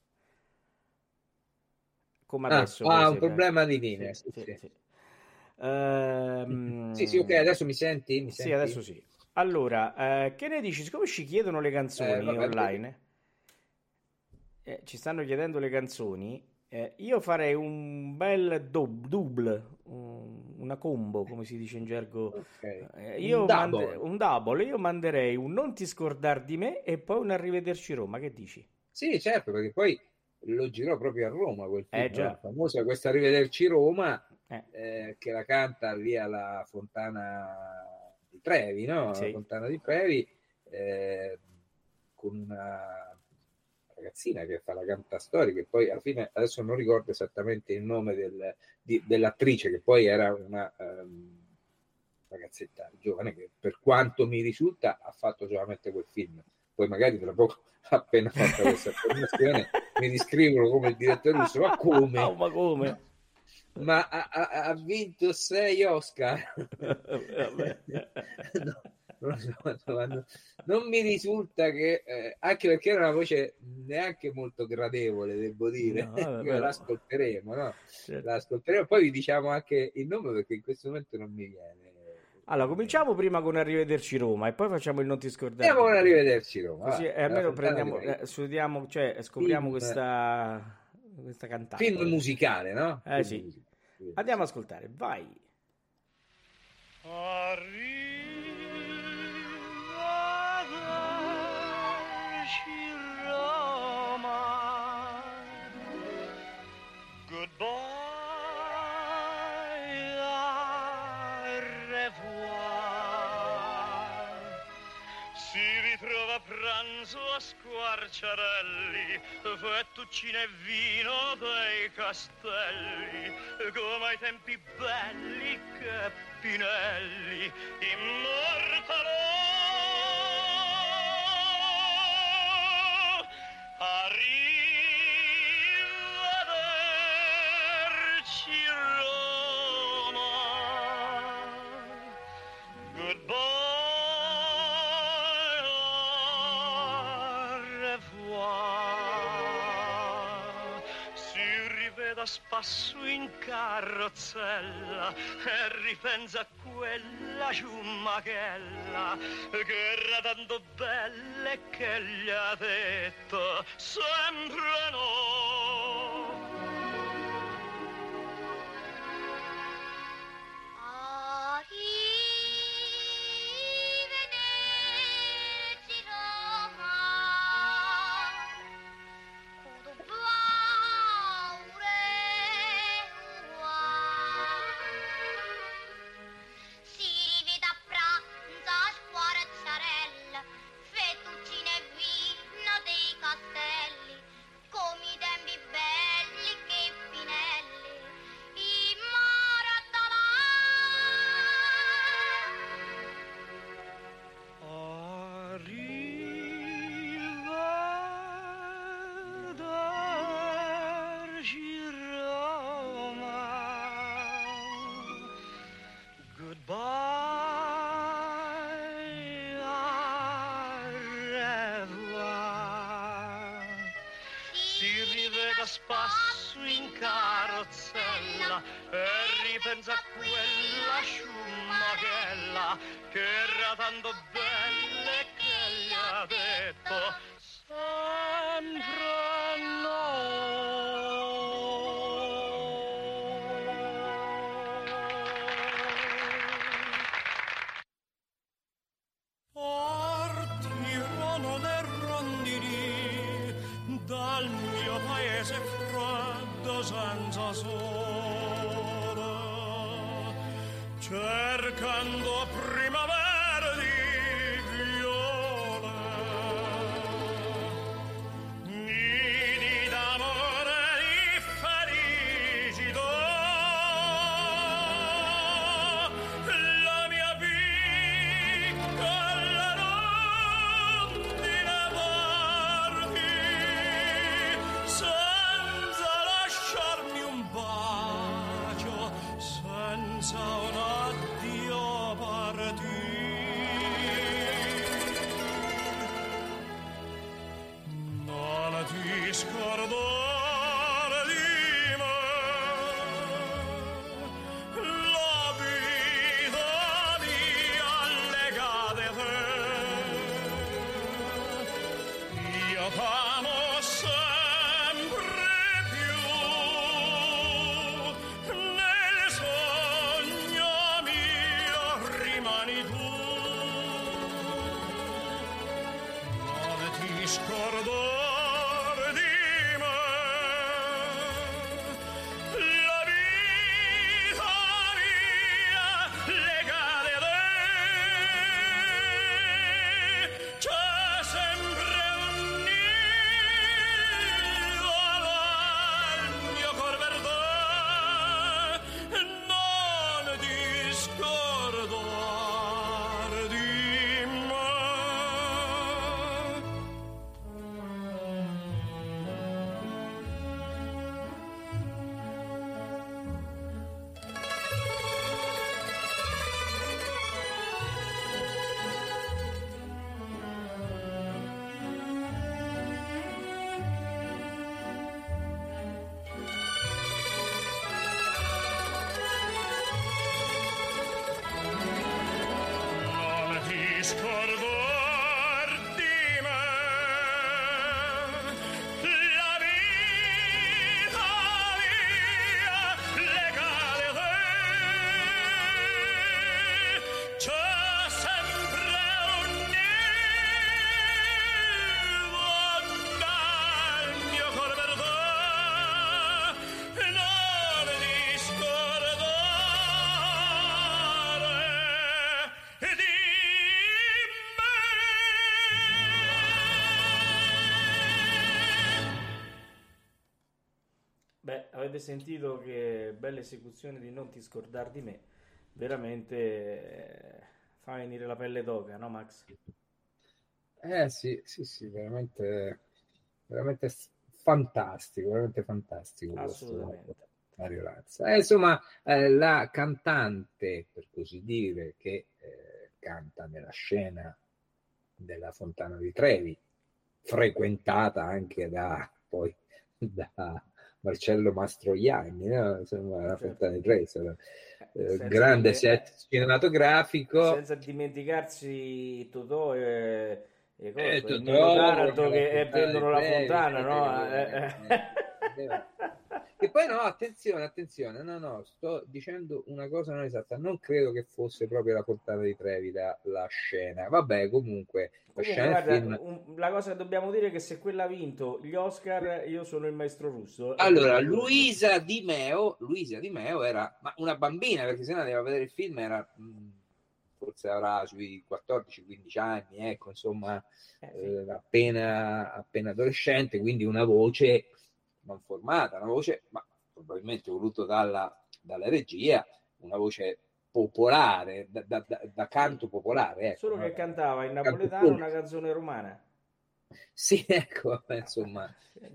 [SPEAKER 3] Come adesso.
[SPEAKER 4] Ah, ah un problema di linea.
[SPEAKER 3] Sì,
[SPEAKER 4] sì,
[SPEAKER 3] sì,
[SPEAKER 4] sì.
[SPEAKER 3] Sì. Ehm...
[SPEAKER 4] sì, sì, ok, adesso mi senti? Mi
[SPEAKER 3] sì,
[SPEAKER 4] senti?
[SPEAKER 3] adesso sì. Allora, eh, che ne dici? Siccome ci chiedono le canzoni eh, vabbè, online, eh, ci stanno chiedendo le canzoni, eh, io farei un bel dub, double, un, una combo, come si dice in gergo.
[SPEAKER 4] Okay.
[SPEAKER 3] Eh, io
[SPEAKER 4] un,
[SPEAKER 3] mand-
[SPEAKER 4] double.
[SPEAKER 3] un double. Io manderei un Non ti scordar di me e poi un Arrivederci Roma. Che dici?
[SPEAKER 4] Sì, certo, perché poi lo girò proprio a Roma quel film,
[SPEAKER 3] eh, già.
[SPEAKER 4] No? Famosa questa Arrivederci Roma,
[SPEAKER 3] eh.
[SPEAKER 4] Eh, che la canta lì alla Fontana di Trevi, no?
[SPEAKER 3] Sì.
[SPEAKER 4] La Fontana di Trevi, eh, con una ragazzina che fa la cantastorie, che poi alla fine, adesso non ricordo esattamente il nome del, di, dell'attrice, che poi era una um, ragazzetta giovane che, per quanto mi risulta, ha fatto solamente quel film. Poi magari tra poco, appena fatta questa affermazione, mi riscrivono come il direttore russo, ma come?
[SPEAKER 3] Oh, ma come?
[SPEAKER 4] Ma ha, ha, ha vinto sei Oscar. no, non, so, no, non mi risulta che eh, anche perché era una voce neanche molto gradevole, devo dire.
[SPEAKER 3] No, vabbè,
[SPEAKER 4] l'ascolteremo, no?
[SPEAKER 3] Certo.
[SPEAKER 4] L'ascolteremo, poi vi diciamo anche il nome perché in questo momento non mi viene.
[SPEAKER 3] Allora, cominciamo prima con Arrivederci Roma e poi facciamo il Non ti scordare.
[SPEAKER 4] Andiamo con Arrivederci Roma.
[SPEAKER 3] Così eh, almeno prendiamo, eh, studiamo, cioè scopriamo film, questa, questa cantata.
[SPEAKER 4] Film musicale, no?
[SPEAKER 3] Eh
[SPEAKER 4] film
[SPEAKER 3] sì.
[SPEAKER 4] musicale.
[SPEAKER 3] Andiamo ad ascoltare, vai.
[SPEAKER 2] Arrivederci Roma, goodbye, au revoir. Si ritrova a pranzo a Squarciarelli, fettuccine e vino dei castelli, come ai tempi belli che Pinelli immortalò. Arrivederci Roma, goodbye, au revoir. Si riveda a spasso in carrozzella e ripensa a quella ciumachella che era tanto bella e che gli ha detto sempre no.
[SPEAKER 5] Arrivederci Roma, si riveda a pranzo a Squarciarella, fettuccine e vino dei castelli, come i tempi belli che Pinelli immortalò.
[SPEAKER 2] Arrivederci Roma, goodbye, au revoir. Si riveda a spasso in carrozzella e ripensa a quella ciumachella che era tanto bella e che gli ha detto sempre no. cercando primavera di viole, nidi d'amore di felicità. La mia piccola rondine parti senza lasciarmi un bacio, senza un addio partì. Non ti scordare di me, la vita mia legata a te. Io t'amo sempre più, nel sogno mio rimani tu. Non ti scordare di me, la vita mia legata a te. C'è sempre un nido nel mio cor per te. Non ti scordare di me. Non ti scordar di me, la vita mia legale a te. C'è sempre un nido nel mio cor per te. Non ti scordare di me.
[SPEAKER 3] Beh, avete sentito che bella esecuzione di Non ti scordar di me, veramente eh, fa venire la pelle d'oca, no Max?
[SPEAKER 4] Eh sì, sì, sì, veramente, veramente s- fantastico, veramente fantastico questo
[SPEAKER 3] Assolutamente.
[SPEAKER 4] Mario Lanza. Eh, insomma, eh, la cantante, per così dire, che eh, canta nella scena della Fontana di Trevi, frequentata anche da poi da Marcello Mastroianni, no? Insomma, la
[SPEAKER 3] Certo.
[SPEAKER 4] Fontana di Trevi, insomma, eh,
[SPEAKER 3] Senza
[SPEAKER 4] grande
[SPEAKER 3] dire-
[SPEAKER 4] set cinematografico.
[SPEAKER 3] Senza dimenticarsi Totò e, e cosa,
[SPEAKER 4] Eh,
[SPEAKER 3] il
[SPEAKER 4] Totò,
[SPEAKER 3] Nino Taranto
[SPEAKER 4] la
[SPEAKER 3] che
[SPEAKER 4] Fontana
[SPEAKER 3] vendono
[SPEAKER 4] di
[SPEAKER 3] la
[SPEAKER 4] Trevi,
[SPEAKER 3] fontana, no?
[SPEAKER 4] eh,
[SPEAKER 3] Eh,
[SPEAKER 4] eh, eh. E poi no, attenzione, attenzione, no, no, sto dicendo una cosa non esatta, non credo che fosse proprio la Fontana di Trevi la, la scena. Vabbè, comunque, la
[SPEAKER 3] Comunque,
[SPEAKER 4] scena del
[SPEAKER 3] guarda,
[SPEAKER 4] film.
[SPEAKER 3] un- la cosa che dobbiamo dire è che se quella ha vinto gli Oscar, io sono il maestro russo.
[SPEAKER 4] Allora,
[SPEAKER 3] Eh,
[SPEAKER 4] Luisa Di Meo, Luisa Di Meo era ma una bambina, perché se no andava a vedere il film, era mh, forse avrà sui quattordici quindici anni, ecco, insomma,
[SPEAKER 3] eh, sì.
[SPEAKER 4] eh, appena, appena adolescente, quindi una voce non formata, una voce, ma probabilmente voluto dalla, dalla regia, una voce popolare, da, da- da- da canto popolare, ecco,
[SPEAKER 3] Solo
[SPEAKER 4] no?
[SPEAKER 3] che cantava in
[SPEAKER 4] Canto
[SPEAKER 3] napoletano
[SPEAKER 4] pubblico.
[SPEAKER 3] una canzone romana.
[SPEAKER 4] Sì, ecco, vabbè, insomma.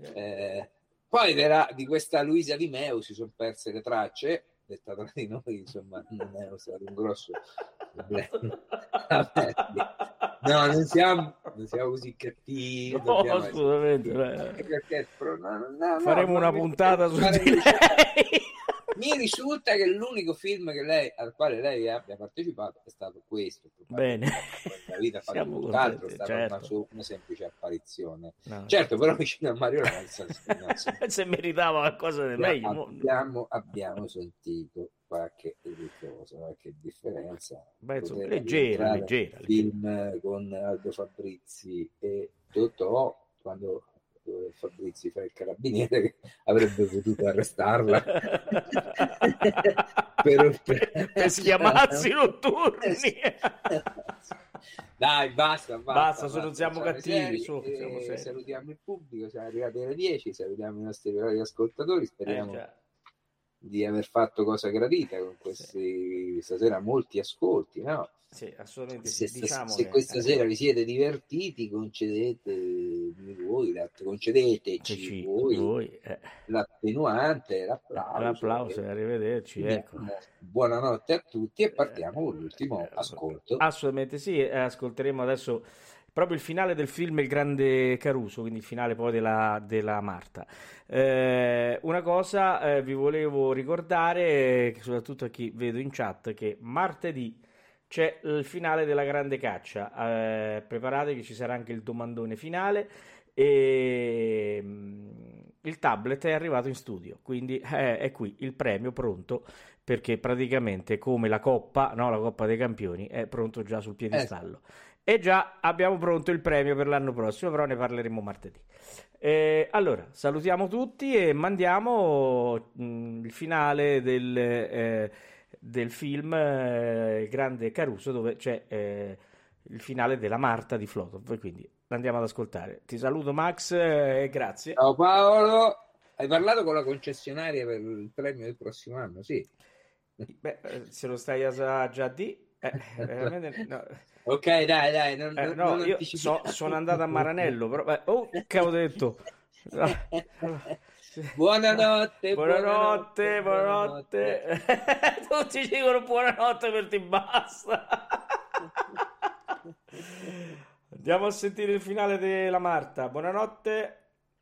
[SPEAKER 4] Eh, poi era, di questa Luisa Di Meo si sono perse le tracce, detta tra di noi, insomma, non è stato un grosso problema. Vabbè, sì. No, non siamo, non siamo così cattivi,
[SPEAKER 3] No,
[SPEAKER 4] dobbiamo
[SPEAKER 3] assolutamente,
[SPEAKER 4] essere-
[SPEAKER 3] beh.
[SPEAKER 4] anche perché però, no, no, no,
[SPEAKER 3] Faremo
[SPEAKER 4] no,
[SPEAKER 3] una
[SPEAKER 4] mi-
[SPEAKER 3] puntata su
[SPEAKER 4] fare-
[SPEAKER 3] di lei.
[SPEAKER 4] Mi risulta che l'unico film che lei, al quale lei abbia partecipato è stato questo.
[SPEAKER 3] Bene.
[SPEAKER 4] La vita fa
[SPEAKER 3] Siamo
[SPEAKER 4] tutt'altro, è
[SPEAKER 3] contenti,
[SPEAKER 4] stata
[SPEAKER 3] certo.
[SPEAKER 4] una, su- una semplice apparizione.
[SPEAKER 3] No,
[SPEAKER 4] Certo, però vicino a Mario Lanza no,
[SPEAKER 3] se meritava qualcosa di meglio. mo-
[SPEAKER 4] abbiamo, abbiamo sentito qualche cosa, qualche differenza.
[SPEAKER 3] Beh, insomma,
[SPEAKER 4] Poteva
[SPEAKER 3] leggera,
[SPEAKER 4] rientrare
[SPEAKER 3] leggera,
[SPEAKER 4] nel film con Aldo Fabrizi e Totò, quando dove Fabrizi fa il carabiniere, che avrebbe potuto arrestarla per, per...
[SPEAKER 3] per schiamazzi notturni.
[SPEAKER 4] Dai, basta, basta,
[SPEAKER 3] basta, se
[SPEAKER 4] basta,
[SPEAKER 3] non siamo cattivi,
[SPEAKER 4] seri,
[SPEAKER 3] su,
[SPEAKER 4] eh,
[SPEAKER 3] siamo seri.
[SPEAKER 4] Salutiamo il pubblico, siamo arrivati alle dieci, salutiamo i nostri ascoltatori, speriamo
[SPEAKER 3] Eh,
[SPEAKER 4] di aver fatto cosa gradita con questi, sì. Stasera molti ascolti, no?
[SPEAKER 3] Sì, assolutamente
[SPEAKER 4] se,
[SPEAKER 3] sì. Diciamo
[SPEAKER 4] se
[SPEAKER 3] che,
[SPEAKER 4] questa
[SPEAKER 3] eh,
[SPEAKER 4] sera vi siete divertiti, concedete voi, concedeteci
[SPEAKER 3] ci,
[SPEAKER 4] voi,
[SPEAKER 3] voi eh.
[SPEAKER 4] l'attenuante, l'applauso,
[SPEAKER 3] l'applauso e arrivederci. Ecco.
[SPEAKER 4] Buonanotte a tutti e partiamo con l'ultimo ascolto.
[SPEAKER 3] Assolutamente sì, ascolteremo adesso proprio il finale del film Il Grande Caruso, quindi il finale poi della, della Marta. Eh, una cosa eh, vi volevo ricordare, soprattutto a chi vedo in chat, che martedì c'è il finale della Grande Caccia, eh, preparate che ci sarà anche il domandone finale e mh, il tablet è arrivato in studio, quindi eh, è qui il premio pronto, perché praticamente come la Coppa, no, la Coppa dei Campioni è pronto già sul piedistallo. Eh. E già abbiamo pronto il premio per l'anno prossimo, però ne parleremo martedì. Eh, allora, salutiamo tutti e mandiamo mh, il finale del, eh, del film eh, Il Grande Caruso, dove c'è eh, il finale della Marta di Flotov, quindi andiamo ad ascoltare. Ti saluto Max e eh, grazie.
[SPEAKER 4] Ciao Paolo, hai parlato con la concessionaria per il premio del prossimo anno? Sì.
[SPEAKER 3] Beh, se lo stai a già di... Eh, veramente, no.
[SPEAKER 4] Ok, dai, dai, non,
[SPEAKER 3] eh,
[SPEAKER 4] non,
[SPEAKER 3] no,
[SPEAKER 4] non
[SPEAKER 3] io so, sono andato a Maranello, però eh, oh, che ho detto?
[SPEAKER 4] Buonanotte,
[SPEAKER 3] buonanotte, buonanotte, buonanotte. Tutti dicono buonanotte per ti basta. Andiamo a sentire il finale della Marta. Buonanotte.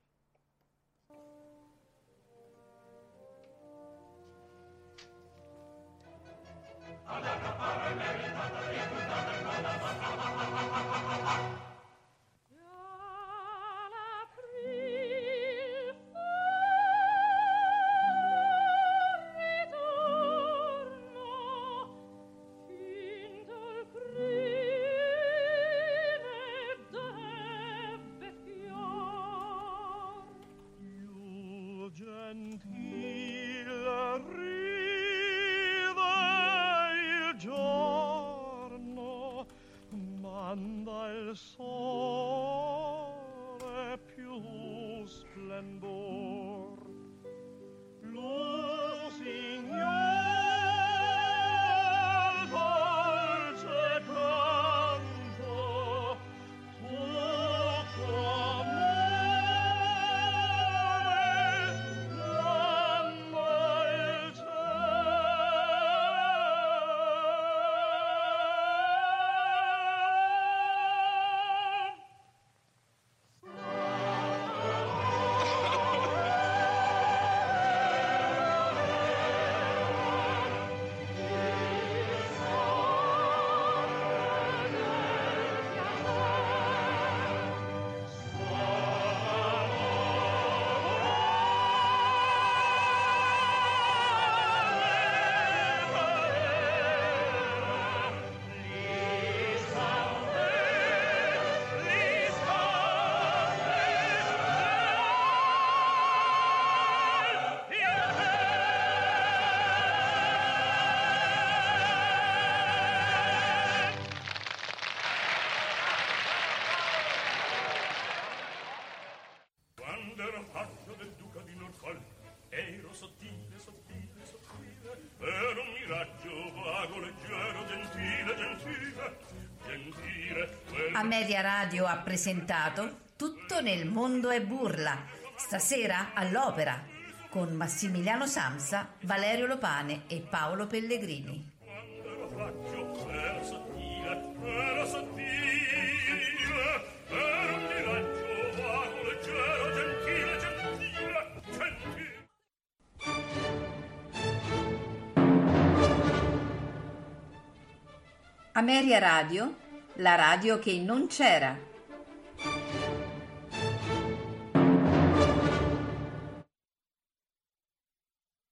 [SPEAKER 1] Ameria Radio ha presentato Tutto nel mondo è burla, stasera all'Opera, con Massimiliano Samsa, Valerio Lopane e Paolo Pellegrini. Ameria Radio, la radio che non c'era.